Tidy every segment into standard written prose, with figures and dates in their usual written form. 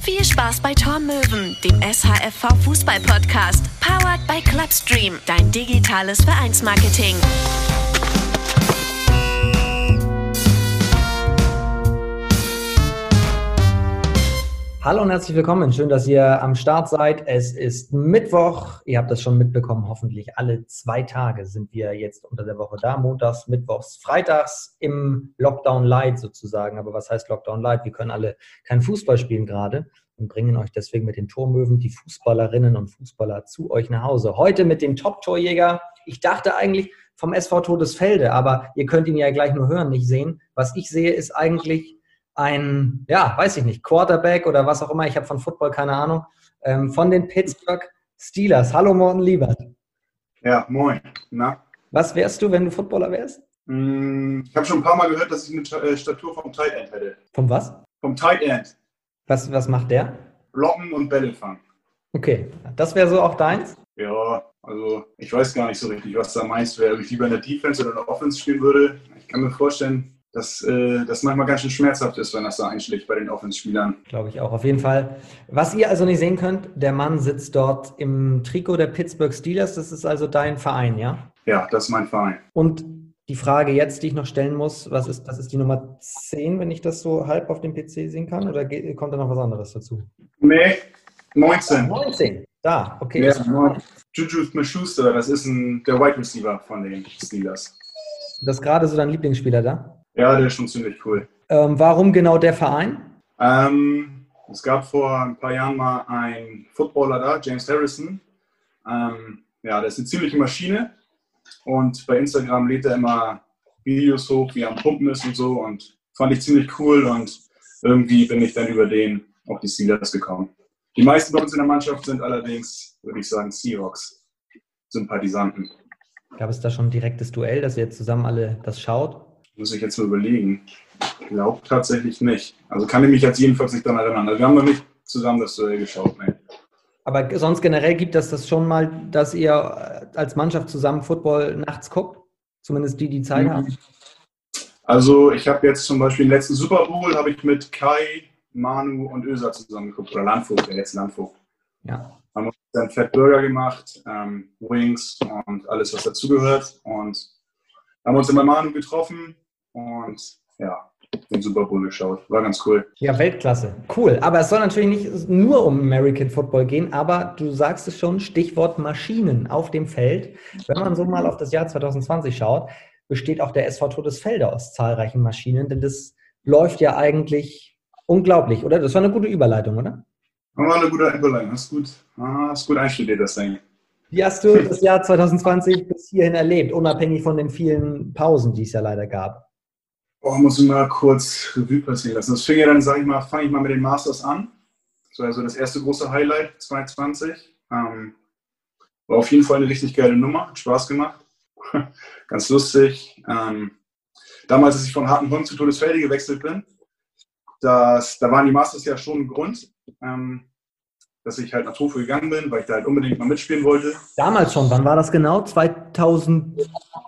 Viel Spaß bei Tormöwen, dem SHFV Fußball-Podcast. Powered by Clubstream, dein digitales Vereinsmarketing. Hallo und herzlich willkommen. Schön, dass ihr am Start seid. Es ist Mittwoch. Ihr habt das schon mitbekommen. Hoffentlich alle 2 Tage sind wir jetzt unter der Woche da. Montags, Mittwochs, Freitags im Lockdown Light sozusagen. Aber was heißt Lockdown Light? Wir können alle kein Fußball spielen gerade und bringen euch deswegen mit den Tormöwen die Fußballerinnen und Fußballer zu euch nach Hause. Heute mit dem Top-Torjäger. Ich dachte eigentlich vom SV Todesfelde, aber ihr könnt ihn ja gleich nur hören, nicht sehen. Was ich sehe, ist eigentlich ein, weiß ich nicht, Quarterback oder was auch immer, ich habe von Football keine Ahnung, von den Pittsburgh Steelers. Hallo Morten Liebert. Ja, moin. Na? Was wärst du, wenn du Footballer wärst? Ich habe schon ein paar Mal gehört, dass ich eine Statur vom Tight End hätte. Vom was? Vom Tight End. Was macht der? Blocken und Bälle fangen. Okay, das wäre so auch deins? Ja, also ich weiß gar nicht so richtig, was da meinst, ob ich lieber in der Defense oder in der Offense spielen würde. Ich kann mir vorstellen, dass das manchmal ganz schön schmerzhaft ist, wenn das da einschlägt bei den Offense-Spielern. Glaube ich auch, auf jeden Fall. Was ihr also nicht sehen könnt, der Mann sitzt dort im Trikot der Pittsburgh Steelers. Das ist also dein Verein, ja? Ja, das ist mein Verein. Und die Frage jetzt, die ich noch stellen muss, das ist die Nummer 10, wenn ich das so halb auf dem PC sehen kann? Oder kommt da noch was anderes dazu? Nee, 19. 19, da, okay. Ja, Juju Smith-Schuster, das ist der Wide Receiver von den Steelers. Das ist gerade so dein Lieblingsspieler da? Ja, der ist schon ziemlich cool. Warum genau der Verein? Es gab vor ein paar Jahren mal einen Footballer da, James Harrison. Der ist eine ziemliche Maschine und bei Instagram lädt er immer Videos hoch, wie er am Pumpen ist und so, und fand ich ziemlich cool, und irgendwie bin ich dann über den auf die Steelers gekommen. Die meisten bei uns in der Mannschaft sind allerdings, würde ich sagen, Seahawks-Sympathisanten. Gab es da schon ein direktes Duell, dass ihr jetzt zusammen alle das schaut? Muss ich jetzt mal überlegen. Ich glaube tatsächlich nicht. Also kann ich mich jetzt jedenfalls nicht daran erinnern. Also wir haben noch nicht zusammen das Duell geschaut. Nee. Aber sonst generell gibt es das schon mal, dass ihr als Mannschaft zusammen Football nachts guckt? Zumindest die Zeit haben? Also ich habe jetzt zum Beispiel den letzten Super Bowl habe ich mit Kai, Manu und Öser zusammen geguckt. Oder Landvogt, der letzte Landvogt. Ja. Haben uns dann Fat Burger gemacht, Wings und alles, was dazugehört. Und haben uns immer Manu getroffen und den Super Bowl geschaut. War ganz cool. Ja, Weltklasse. Cool. Aber es soll natürlich nicht nur um American Football gehen, aber du sagst es schon, Stichwort Maschinen auf dem Feld. Wenn man so mal auf das Jahr 2020 schaut, besteht auch der SV Todesfelde aus zahlreichen Maschinen, denn das läuft ja eigentlich unglaublich, oder? Das war eine gute Überleitung, oder? War eine gute Überleitung. Hast gut einstudiert, das Ding. Wie hast du das Jahr 2020 bis hierhin erlebt, unabhängig von den vielen Pausen, die es ja leider gab? Muss ich mal kurz Revue passieren lassen. Das fing ja dann, fange ich mal mit den Masters an. Das war also das erste große Highlight 2020. War auf jeden Fall eine richtig geile Nummer, hat Spaß gemacht. Ganz lustig. Damals, als ich von Hartenholm zu Todesfelde gewechselt bin, da waren die Masters ja schon ein Grund, dass ich halt nach Trofeo gegangen bin, weil ich da halt unbedingt mal mitspielen wollte. Damals schon, wann war das genau? 2011?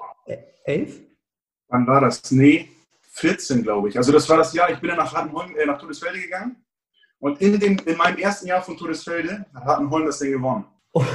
Wann war das? Nee, 14, glaube ich. Also das war das Jahr, ich bin dann nach Todesfelde gegangen, und in meinem ersten Jahr von Todesfelde hat Hartenholm das Ding gewonnen.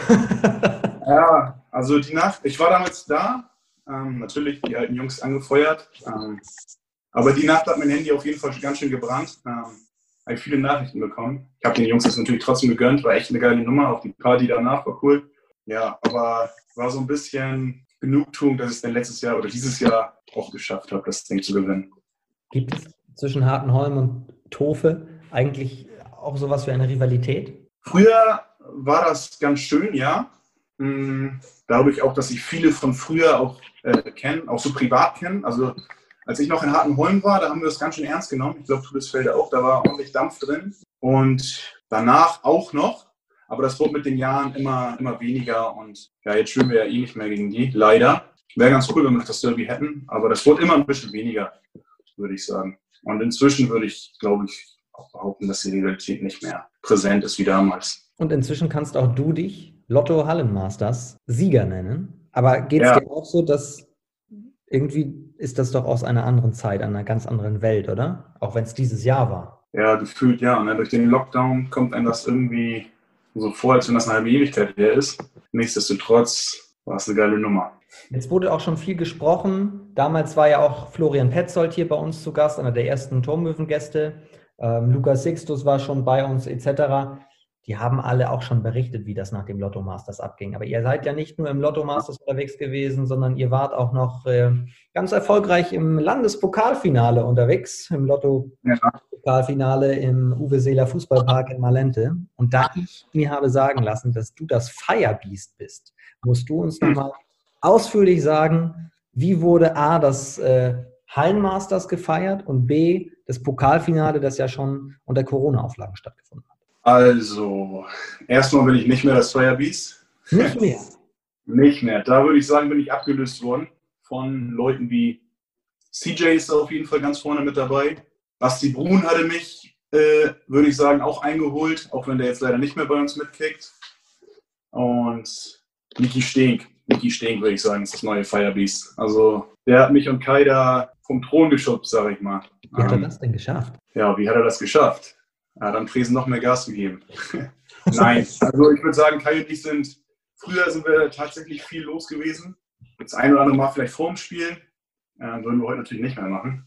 Ja, also die Nacht, ich war damals da, natürlich die alten Jungs angefeuert, aber die Nacht hat mein Handy auf jeden Fall ganz schön gebrannt. Habe ich viele Nachrichten bekommen. Ich habe den Jungs das natürlich trotzdem gegönnt, war echt eine geile Nummer, auch die Party danach war cool. Ja, aber war so ein bisschen Genugtuung, dass ich es dann letztes Jahr oder dieses Jahr auch geschafft habe, das Ding zu gewinnen. Gibt es zwischen Hartenholm und Tofe eigentlich auch sowas wie eine Rivalität? Früher war das ganz schön, ja. Dadurch auch, dass ich viele von früher auch kenne, auch so privat kennen. Also als ich noch in Hartenholm war, da haben wir das ganz schön ernst genommen. Ich glaube, Todesfelde auch, da war ordentlich Dampf drin. Und danach auch noch. Aber das wurde mit den Jahren immer weniger, und ja, jetzt spielen wir ja eh nicht mehr gegen die, leider. Wäre ganz cool, wenn wir noch das Derby hätten, aber das wurde immer ein bisschen weniger, würde ich sagen. Und inzwischen würde ich, glaube ich, auch behaupten, dass die Rivalität nicht mehr präsent ist wie damals. Und inzwischen kannst auch du dich Lotto Hallenmasters Sieger nennen. Aber geht es dir auch so, dass irgendwie ist das doch aus einer anderen Zeit, einer ganz anderen Welt, oder? Auch wenn es dieses Jahr war. Ja, gefühlt ja. Ne? Durch den Lockdown kommt einem das irgendwie so vor, als wenn das eine halbe Ewigkeit her ist. Nichtsdestotrotz war es eine geile Nummer. Jetzt wurde auch schon viel gesprochen. Damals war ja auch Florian Petzold hier bei uns zu Gast, einer der ersten Turmlöwen-Gäste. Lukas Sixtus war schon bei uns etc. Die haben alle auch schon berichtet, wie das nach dem Lotto Masters abging. Aber ihr seid ja nicht nur im Lotto Masters unterwegs gewesen, sondern ihr wart auch noch ganz erfolgreich im Landespokalfinale unterwegs, im Lotto-Pokalfinale im Uwe Seeler Fußballpark in Malente. Und da ich mir habe sagen lassen, dass du das Firebeast bist, musst du uns nochmal ausführlich sagen, wie wurde A, das Hallenmasters gefeiert und B, das Pokalfinale, das ja schon unter Corona-Auflagen stattgefunden hat. Also, erstmal bin ich nicht mehr das Firebeast. Nicht mehr? Nicht mehr. Da würde ich sagen, bin ich abgelöst worden von Leuten wie CJ ist da auf jeden Fall ganz vorne mit dabei. Basti Brun hatte mich, würde ich sagen, auch eingeholt, auch wenn der jetzt leider nicht mehr bei uns mitkickt. Und Niki Stink, würde ich sagen, ist das neue Firebeast. Also, der hat mich und Kai da vom Thron geschubst, sage ich mal. Wie hat er das denn geschafft? Ja, wie hat er das geschafft? Ja, dann Tresen noch mehr Gas gegeben. Nein, also ich würde sagen, Kai und ich früher sind wir tatsächlich viel los gewesen. Das ein oder andere Mal vielleicht vor dem Spiel. Würden wir heute natürlich nicht mehr machen.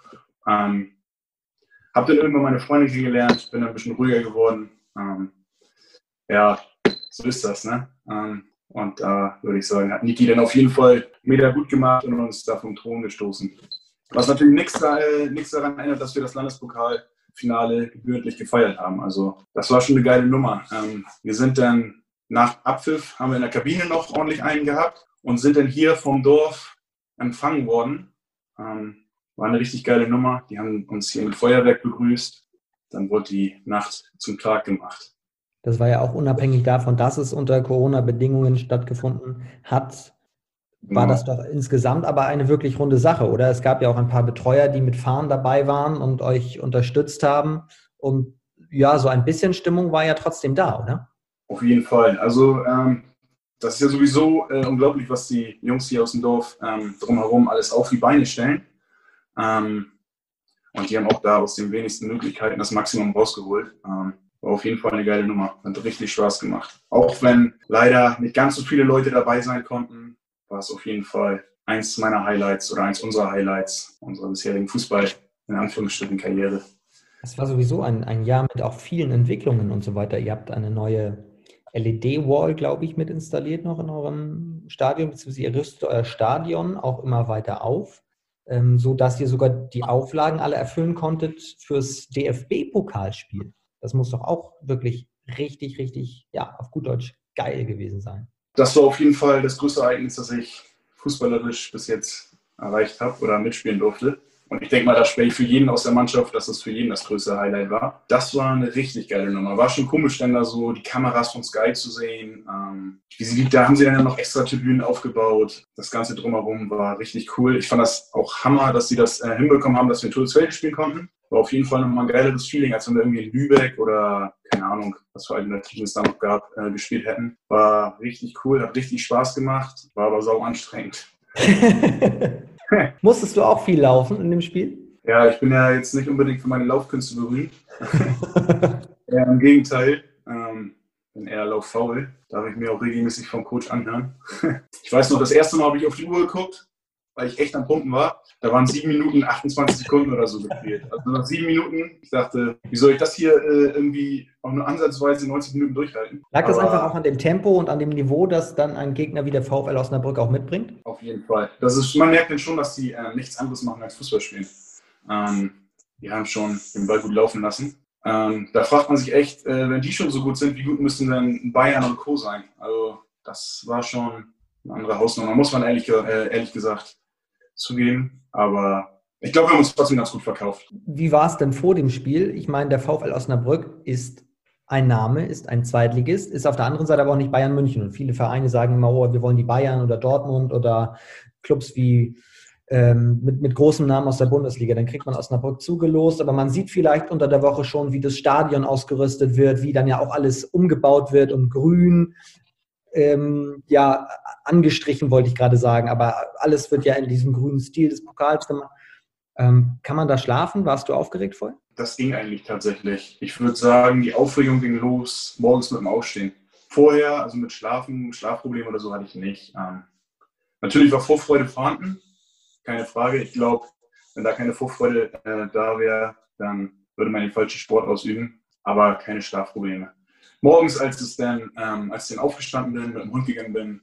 Hab dann irgendwann meine Freundin kennengelernt, bin dann ein bisschen ruhiger geworden. Ja, so ist das, ne? Und da würde ich sagen, hat Niki dann auf jeden Fall mega gut gemacht und uns da vom Thron gestoßen. Was natürlich nichts daran ändert, dass wir das Landespokalfinale gebührlich gefeiert haben. Also das war schon eine geile Nummer. Wir sind dann nach Abpfiff, haben wir in der Kabine noch ordentlich einen gehabt und sind dann hier vom Dorf empfangen worden. War eine richtig geile Nummer. Die haben uns hier mit Feuerwerk begrüßt. Dann wurde die Nacht zum Tag gemacht. Das war ja auch unabhängig davon, dass es unter Corona-Bedingungen stattgefunden hat, war das doch insgesamt aber eine wirklich runde Sache, oder? Es gab ja auch ein paar Betreuer, die mit Fahnen dabei waren und euch unterstützt haben. Und ja, so ein bisschen Stimmung war ja trotzdem da, oder? Auf jeden Fall. Also das ist ja sowieso unglaublich, was die Jungs hier aus dem Dorf drumherum alles auf die Beine stellen. Und die haben auch da aus den wenigsten Möglichkeiten das Maximum rausgeholt. War auf jeden Fall eine geile Nummer. Hat richtig Spaß gemacht. Auch wenn leider nicht ganz so viele Leute dabei sein konnten, war es auf jeden Fall eins meiner Highlights oder eins unserer Highlights unserer bisherigen Fußball, in Anführungsstrichen, Karriere. Es war sowieso ein Jahr mit auch vielen Entwicklungen und so weiter. Ihr habt eine neue LED-Wall, glaube ich, mit installiert noch in eurem Stadion, beziehungsweise ihr rüstet euer Stadion auch immer weiter auf, sodass ihr sogar die Auflagen alle erfüllen konntet fürs DFB-Pokalspiel. Das muss doch auch wirklich richtig, richtig, ja, auf gut Deutsch geil gewesen sein. Das war auf jeden Fall das größte Ereignis, das ich fußballerisch bis jetzt erreicht habe oder mitspielen durfte. Und ich denke mal, das spreche ich für jeden aus der Mannschaft, dass das für jeden das größte Highlight war. Das war eine richtig geile Nummer. War schon komisch, dann da so die Kameras von Sky zu sehen. Da haben sie dann noch extra Tribünen aufgebaut. Das Ganze drumherum war richtig cool. Ich fand das auch Hammer, dass sie das hinbekommen haben, dass wir in Todesfeld spielen konnten. War auf jeden Fall nochmal ein geileres Feeling, als wenn wir irgendwie in Lübeck oder, keine Ahnung, was für Alternativen es da noch gab, gespielt hätten. War richtig cool, hat richtig Spaß gemacht, war aber sau anstrengend. Musstest du auch viel laufen in dem Spiel? Ja, ich bin ja jetzt nicht unbedingt für meine Laufkünste berühmt. Im Gegenteil, bin eher lauffaul. Darf ich mir auch regelmäßig vom Coach anhören. Ich weiß noch, das erste Mal habe ich auf die Uhr geguckt, weil ich echt am Pumpen war. Da waren 7 Minuten, 28 Sekunden oder so gespielt. Also nach 7 Minuten, ich dachte, wie soll ich das hier irgendwie auch nur ansatzweise 90 Minuten durchhalten? Lag das einfach auch an dem Tempo und an dem Niveau, das dann ein Gegner wie der VfL Osnabrück auch mitbringt? Auf jeden Fall. Man merkt dann schon, dass die nichts anderes machen als Fußball spielen. Die haben schon den Ball gut laufen lassen. Da fragt man sich echt, wenn die schon so gut sind, wie gut müssen dann Bayern und Co. sein? Also das war schon eine andere Hausnummer, muss man ehrlich gesagt zugeben. Aber ich glaube, wir haben uns trotzdem ganz gut verkauft. Wie war es denn vor dem Spiel? Ich meine, der VfL Osnabrück ist ein Name, ist ein Zweitligist, ist auf der anderen Seite aber auch nicht Bayern München. Und viele Vereine sagen immer, oh, wir wollen die Bayern oder Dortmund oder Clubs wie mit großem Namen aus der Bundesliga. Dann kriegt man Osnabrück zugelost, aber man sieht vielleicht unter der Woche schon, wie das Stadion ausgerüstet wird, wie dann ja auch alles umgebaut wird und grün, angestrichen, wollte ich gerade sagen, aber alles wird ja in diesem grünen Stil des Pokals gemacht. Kann man da schlafen? Warst du aufgeregt vorher? das ging eigentlich tatsächlich. Ich würde sagen, die Aufregung ging los morgens mit dem Aufstehen. Vorher, also mit Schlafproblemen oder so hatte ich nicht. Natürlich war Vorfreude vorhanden, keine Frage. Ich glaube, wenn da keine Vorfreude da wäre, dann würde man den falschen Sport ausüben, aber keine Schlafprobleme. Morgens, als ich dann aufgestanden bin, mit dem Hund gegangen bin,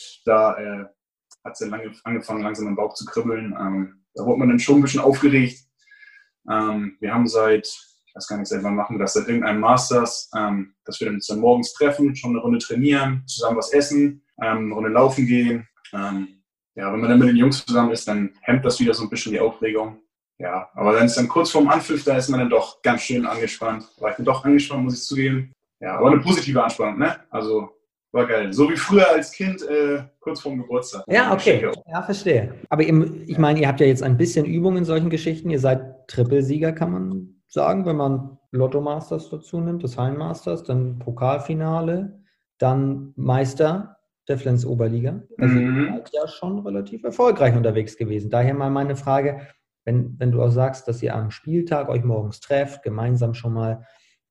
da hat es dann angefangen, langsam im Bauch zu kribbeln. Da wurde man dann schon ein bisschen aufgeregt. Wir haben ich weiß gar nicht, seit wann machen wir das, seit irgendeinem Masters, dass wir uns dann morgens treffen, schon eine Runde trainieren, zusammen was essen, eine Runde laufen gehen. Ja, wenn man dann mit den Jungs zusammen ist, dann hemmt das wieder so ein bisschen die Aufregung. Ja, aber dann ist dann kurz vorm Anpfiff, da ist man dann doch ganz schön angespannt. War ich bin doch angespannt, muss ich zugeben. Ja, aber eine positive Anspannung, ne? Also war geil. So wie früher als Kind, kurz vorm Geburtstag. Ja, okay. Ja, verstehe. Aber ich meine, ihr habt ja jetzt ein bisschen Übung in solchen Geschichten. Ihr seid Trippelsieger, kann man sagen, wenn man Lotto Masters dazu nimmt, das Hallenmasters, dann Pokalfinale, dann Meister der Flens Oberliga. Also ihr seid ja schon relativ erfolgreich unterwegs gewesen. Daher mal meine Frage, wenn du auch sagst, dass ihr am Spieltag euch morgens trefft, gemeinsam schon mal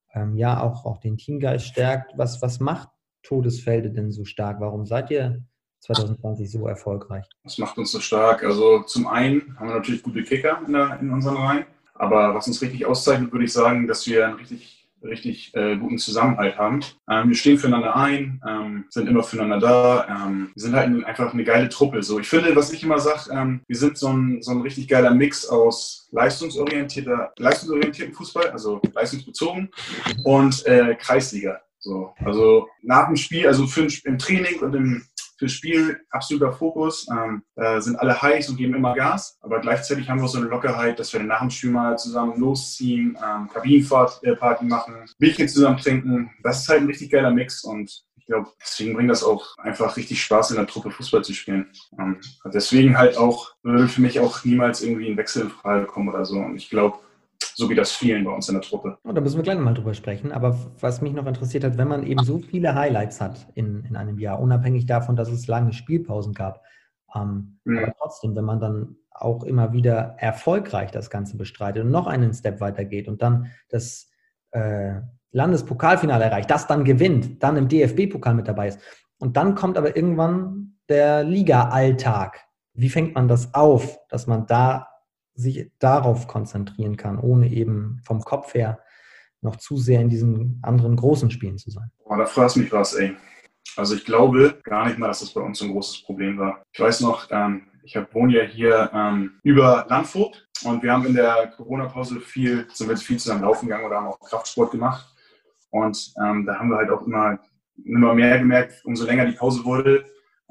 auch den Teamgeist stärkt, was macht Todesfelde denn so stark? Warum seid ihr 2020 so erfolgreich? Was macht uns so stark? Also zum einen haben wir natürlich gute Kicker in unseren Reihen, aber was uns richtig auszeichnet, würde ich sagen, dass wir einen richtig guten Zusammenhalt haben. Wir stehen füreinander ein, sind immer füreinander da. Wir sind halt einfach eine geile Truppe. So, ich finde, was ich immer sage, wir sind so ein richtig geiler Mix aus leistungsorientierten Fußball, also leistungsbezogen, und Kreisliga. So, also nach dem Spiel, also im Training und fürs Spiel absoluter Fokus, sind alle heiß und geben immer Gas, aber gleichzeitig haben wir so eine Lockerheit, dass wir dann nach dem Spiel mal zusammen losziehen, Kabinenparty machen, Bierchen zusammen trinken. Das ist halt ein richtig geiler Mix und ich glaube, deswegen bringt das auch einfach richtig Spaß, in der Truppe Fußball zu spielen. Deswegen halt auch, würde für mich auch niemals irgendwie ein Wechsel in Frage kommen oder so. Und ich glaube, so geht das vielen bei uns in der Truppe. Da müssen wir gleich nochmal drüber sprechen. Aber was mich noch interessiert hat, wenn man eben so viele Highlights hat in einem Jahr, unabhängig davon, dass es lange Spielpausen gab, aber trotzdem, wenn man dann auch immer wieder erfolgreich das Ganze bestreitet und noch einen Step weiter geht und dann das Landespokalfinale erreicht, das dann gewinnt, dann im DFB-Pokal mit dabei ist. Und dann kommt aber irgendwann der Liga-Alltag. Wie fängt man das auf, dass man sich darauf konzentrieren kann, ohne eben vom Kopf her noch zu sehr in diesen anderen großen Spielen zu sein? Boah, da fragst du mich was, ey. Also ich glaube gar nicht mal, dass das bei uns so ein großes Problem war. Ich weiß noch, ich wohne ja hier über Landvogt und wir haben in der Corona-Pause sind wir viel zusammen laufen gegangen oder haben auch Kraftsport gemacht. Und da haben wir halt auch immer mehr gemerkt, umso länger die Pause wurde,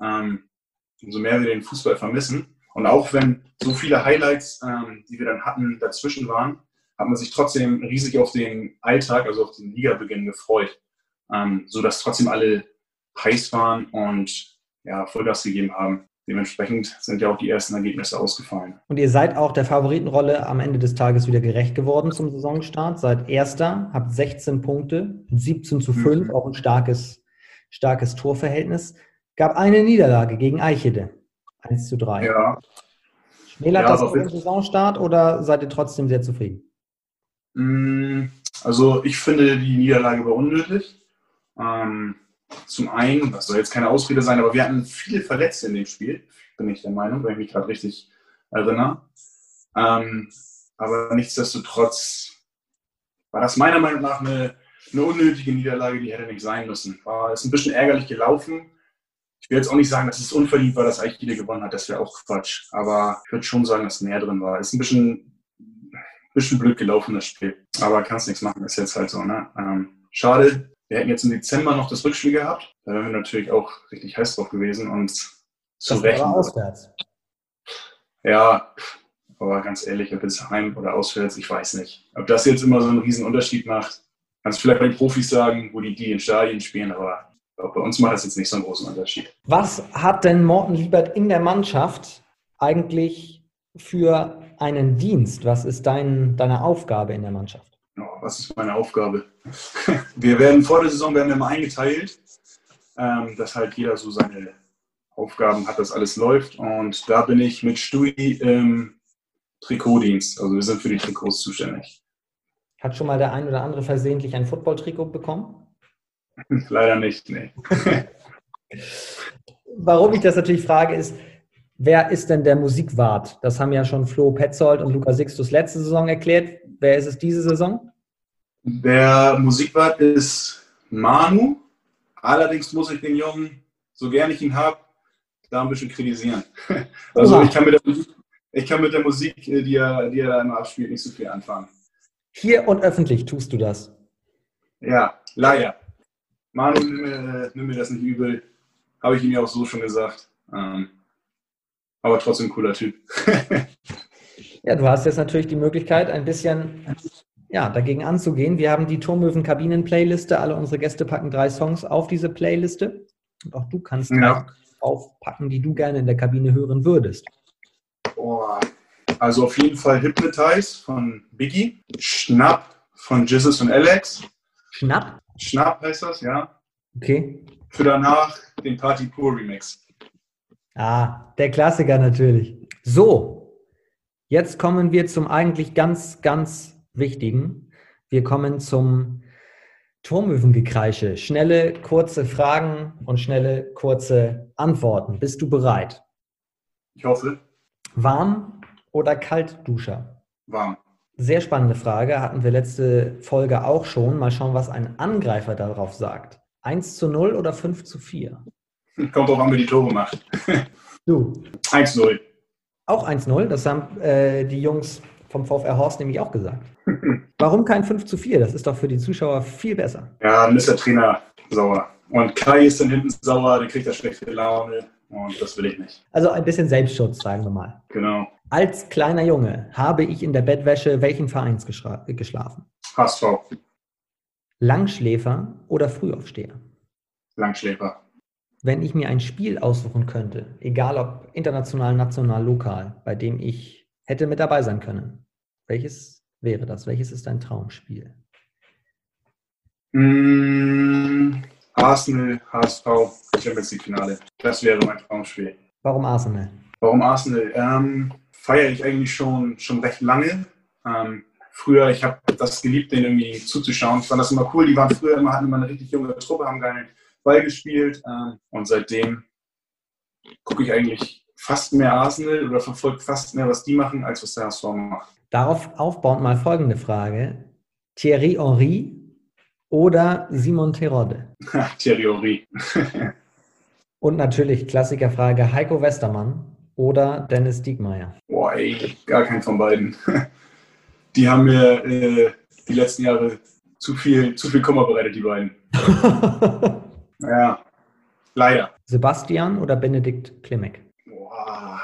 umso mehr wir den Fußball vermissen. Und auch wenn so viele Highlights, die wir dann hatten, dazwischen waren, hat man sich trotzdem riesig auf den Alltag, also auf den Ligabeginn gefreut, sodass trotzdem alle heiß waren und ja, Vollgas gegeben haben. Dementsprechend sind ja auch die ersten Ergebnisse ausgefallen. Und ihr seid auch der Favoritenrolle am Ende des Tages wieder gerecht geworden zum Saisonstart. Seid Erster, habt 16 Punkte, 17:5, auch ein starkes Torverhältnis. Gab eine Niederlage gegen Eichede, 1:3. Ja. Schmälert das auch den Saisonstart oder seid ihr trotzdem sehr zufrieden? Also ich finde, die Niederlage war unnötig. Zum einen, das soll jetzt keine Ausrede sein, aber wir hatten viele Verletzte in dem Spiel, bin ich der Meinung, wenn ich mich gerade richtig erinnere. Aber nichtsdestotrotz war das meiner Meinung nach eine unnötige Niederlage, die hätte nicht sein müssen. Ist ein bisschen ärgerlich gelaufen. Ich will jetzt auch nicht sagen, dass es unverdient war, dass Eichede gewonnen hat, das wäre auch Quatsch. Aber ich würde schon sagen, dass mehr drin war. Ist ein bisschen blöd gelaufen, das Spiel. Aber kannst nichts machen, ist jetzt halt so. Ne? Schade. Wir hätten jetzt im Dezember noch das Rückspiel gehabt. Da wären wir natürlich auch richtig heiß drauf gewesen. Und zu Recht. Das war auswärts. Ja, aber ganz ehrlich, ob jetzt heim oder auswärts, ich weiß nicht. Ob das jetzt immer so einen riesen Unterschied macht, kannst du vielleicht bei den Profis sagen, wo die in Stadien spielen, aber bei uns macht das jetzt nicht so einen großen Unterschied. Was hat denn Morten Liebert in der Mannschaft eigentlich für einen Dienst? Was ist deine Aufgabe in der Mannschaft? Was ist meine Aufgabe? Vor der Saison werden wir mal eingeteilt, dass halt jeder so seine Aufgaben hat, dass alles läuft. Und da bin ich mit Stui im Trikotdienst. Also wir sind für die Trikots zuständig. Hat schon mal der ein oder andere versehentlich ein Football-Trikot bekommen? Leider nicht, nee. Warum ich das natürlich frage, ist, wer ist denn der Musikwart? Das haben ja schon Flo Petzold und Luca Sixtus letzte Saison erklärt. Wer ist es diese Saison? Der Musikwart ist Manu. Allerdings muss ich den Jungen, so gern ich ihn habe, da ein bisschen kritisieren. Also ich kann mit der Musik, die er da immer abspielt, nicht so viel anfangen. Hier und öffentlich tust du das? Ja, leider. Manu, nimm mir das nicht übel. Habe ich ihm ja auch so schon gesagt. Aber trotzdem cooler Typ. Ja, du hast jetzt natürlich die Möglichkeit, ein bisschen dagegen anzugehen. Wir haben die Turmöwen-Kabinen-Playliste. Alle unsere Gäste packen 3 Songs auf diese Playliste. Und auch du kannst 3 aufpacken, die du gerne in der Kabine hören würdest. Also auf jeden Fall Hypnotize von Biggie. Schnapp von Jesus und Alex. Schnapp? Schnapp heißt das, ja. Okay. Für danach den Party Pur Remix. Der Klassiker natürlich. So, jetzt kommen wir zum eigentlich ganz, ganz Wichtigen. Wir kommen zum Turmöwengekreische. Schnelle, kurze Fragen und schnelle, kurze Antworten. Bist du bereit? Ich hoffe. Warm oder Kaltduscher? Warm. Sehr spannende Frage. Hatten wir letzte Folge auch schon. Mal schauen, was ein Angreifer darauf sagt. 1:0 oder 5:4? Kommt drauf an, wer die Tore macht. Du. 1:0. Auch 1:0. Das haben die Jungs vom VfR Horst nämlich auch gesagt. Warum kein 5:4? Das ist doch für die Zuschauer viel besser. Ja, dann ist der Trainer sauer. Und Kai ist dann hinten sauer, der kriegt da schlechte Laune. Und das will ich nicht. Also ein bisschen Selbstschutz, sagen wir mal. Genau. Als kleiner Junge habe ich in der Bettwäsche welchen Vereins geschlafen? HSV. Langschläfer oder Frühaufsteher? Langschläfer. Wenn ich mir ein Spiel aussuchen könnte, egal ob international, national, lokal, bei dem ich hätte mit dabei sein können, welches wäre das? Welches ist dein Traumspiel? Arsenal, HSV, Champions League Finale. Das wäre mein Traumspiel. Warum Arsenal? Warum Arsenal? Feiere ich eigentlich schon recht lange. Früher, ich habe das geliebt, denen irgendwie zuzuschauen. Ich fand das immer cool. Die waren früher hatten immer eine richtig junge Truppe, haben geilen Ball gespielt. Und seitdem gucke ich eigentlich fast mehr Arsenal oder verfolge fast mehr, was die machen, als was der HSV macht. Darauf aufbauend mal folgende Frage. Thierry Henry oder Simon Terodde? Thierry Henry. Und natürlich Klassikerfrage, Heiko Westermann oder Dennis Diekmeyer? Boah, ey, gar keinen von beiden. Die haben mir die letzten Jahre zu viel Kummer bereitet, die beiden. Ja, leider. Sebastian oder Benedikt Klimek? Boah.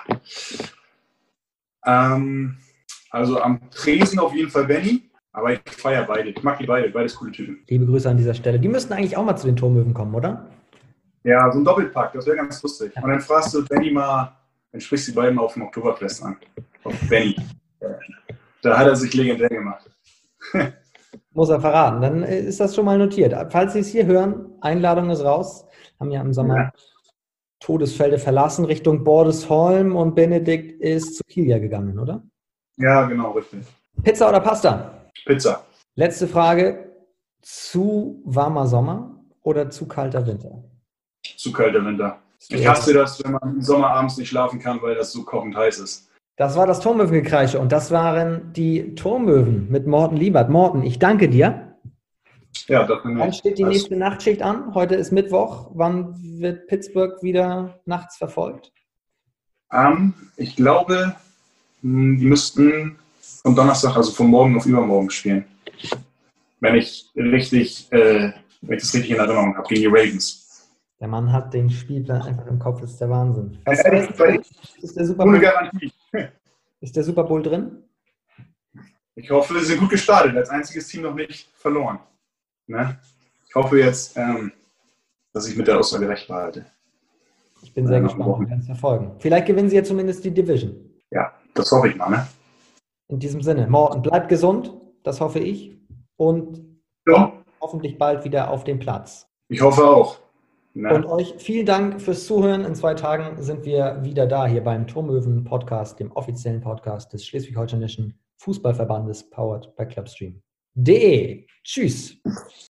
Also am Tresen auf jeden Fall Benny, aber ich feiere beide. Ich mag die beide, beides coole Typen. Liebe Grüße an dieser Stelle. Die müssten eigentlich auch mal zu den Turmöwen kommen, oder? Ja, so ein Doppelpack, das wäre ganz lustig. Und dann fragst du Benny mal, dann sprichst du die beiden mal auf dem Oktoberfest an. Auf Benny. Da hat er sich legendär gemacht. Muss er verraten. Dann ist das schon mal notiert. Falls Sie es hier hören, Einladung ist raus. Haben ja im Sommer Todesfelde verlassen Richtung Bordesholm und Benedikt ist zu Kiel gegangen, oder? Ja, genau, richtig. Pizza oder Pasta? Pizza. Letzte Frage. Zu warmer Sommer oder zu kalter Winter? Zu kalter Winter. Ich hasse das, wenn man im Sommer abends nicht schlafen kann, weil das so kochend heiß ist. Das war das Turmöwengekreische und das waren die Turmöwen mit Morten Liebert. Morten, ich danke dir. Ja, das bin ich. Wann steht die nächste Nachtschicht an? Heute ist Mittwoch. Wann wird Pittsburgh wieder nachts verfolgt? Ich glaube, die müssten von Donnerstag, also von morgen auf übermorgen spielen. Wenn ich das richtig in Erinnerung habe, gegen die Ravens. Der Mann hat den Spielplan einfach im Kopf, das ist der Wahnsinn. Ist der Super Ohne Bowl, Garantie. ist der Super Bowl drin? Ich hoffe, sie sind gut gestartet, als einziges Team noch nicht verloren. Ne? Ich hoffe jetzt, dass ich mit der Aussage recht behalte. Ich bin sehr gespannt, wir werden es verfolgen. Vielleicht gewinnen sie ja zumindest die Division. Ja, das hoffe ich mal. Ne? In diesem Sinne, Morten, bleib gesund, das hoffe ich. Und hoffentlich bald wieder auf dem Platz. Ich hoffe auch. Ne? Und euch vielen Dank fürs Zuhören. In 2 Tagen sind wir wieder da, hier beim Turmöwen-Podcast, dem offiziellen Podcast des Schleswig-Holsteinischen Fußballverbandes, powered by Clubstream. www.sportpodcast.de. Tschüss.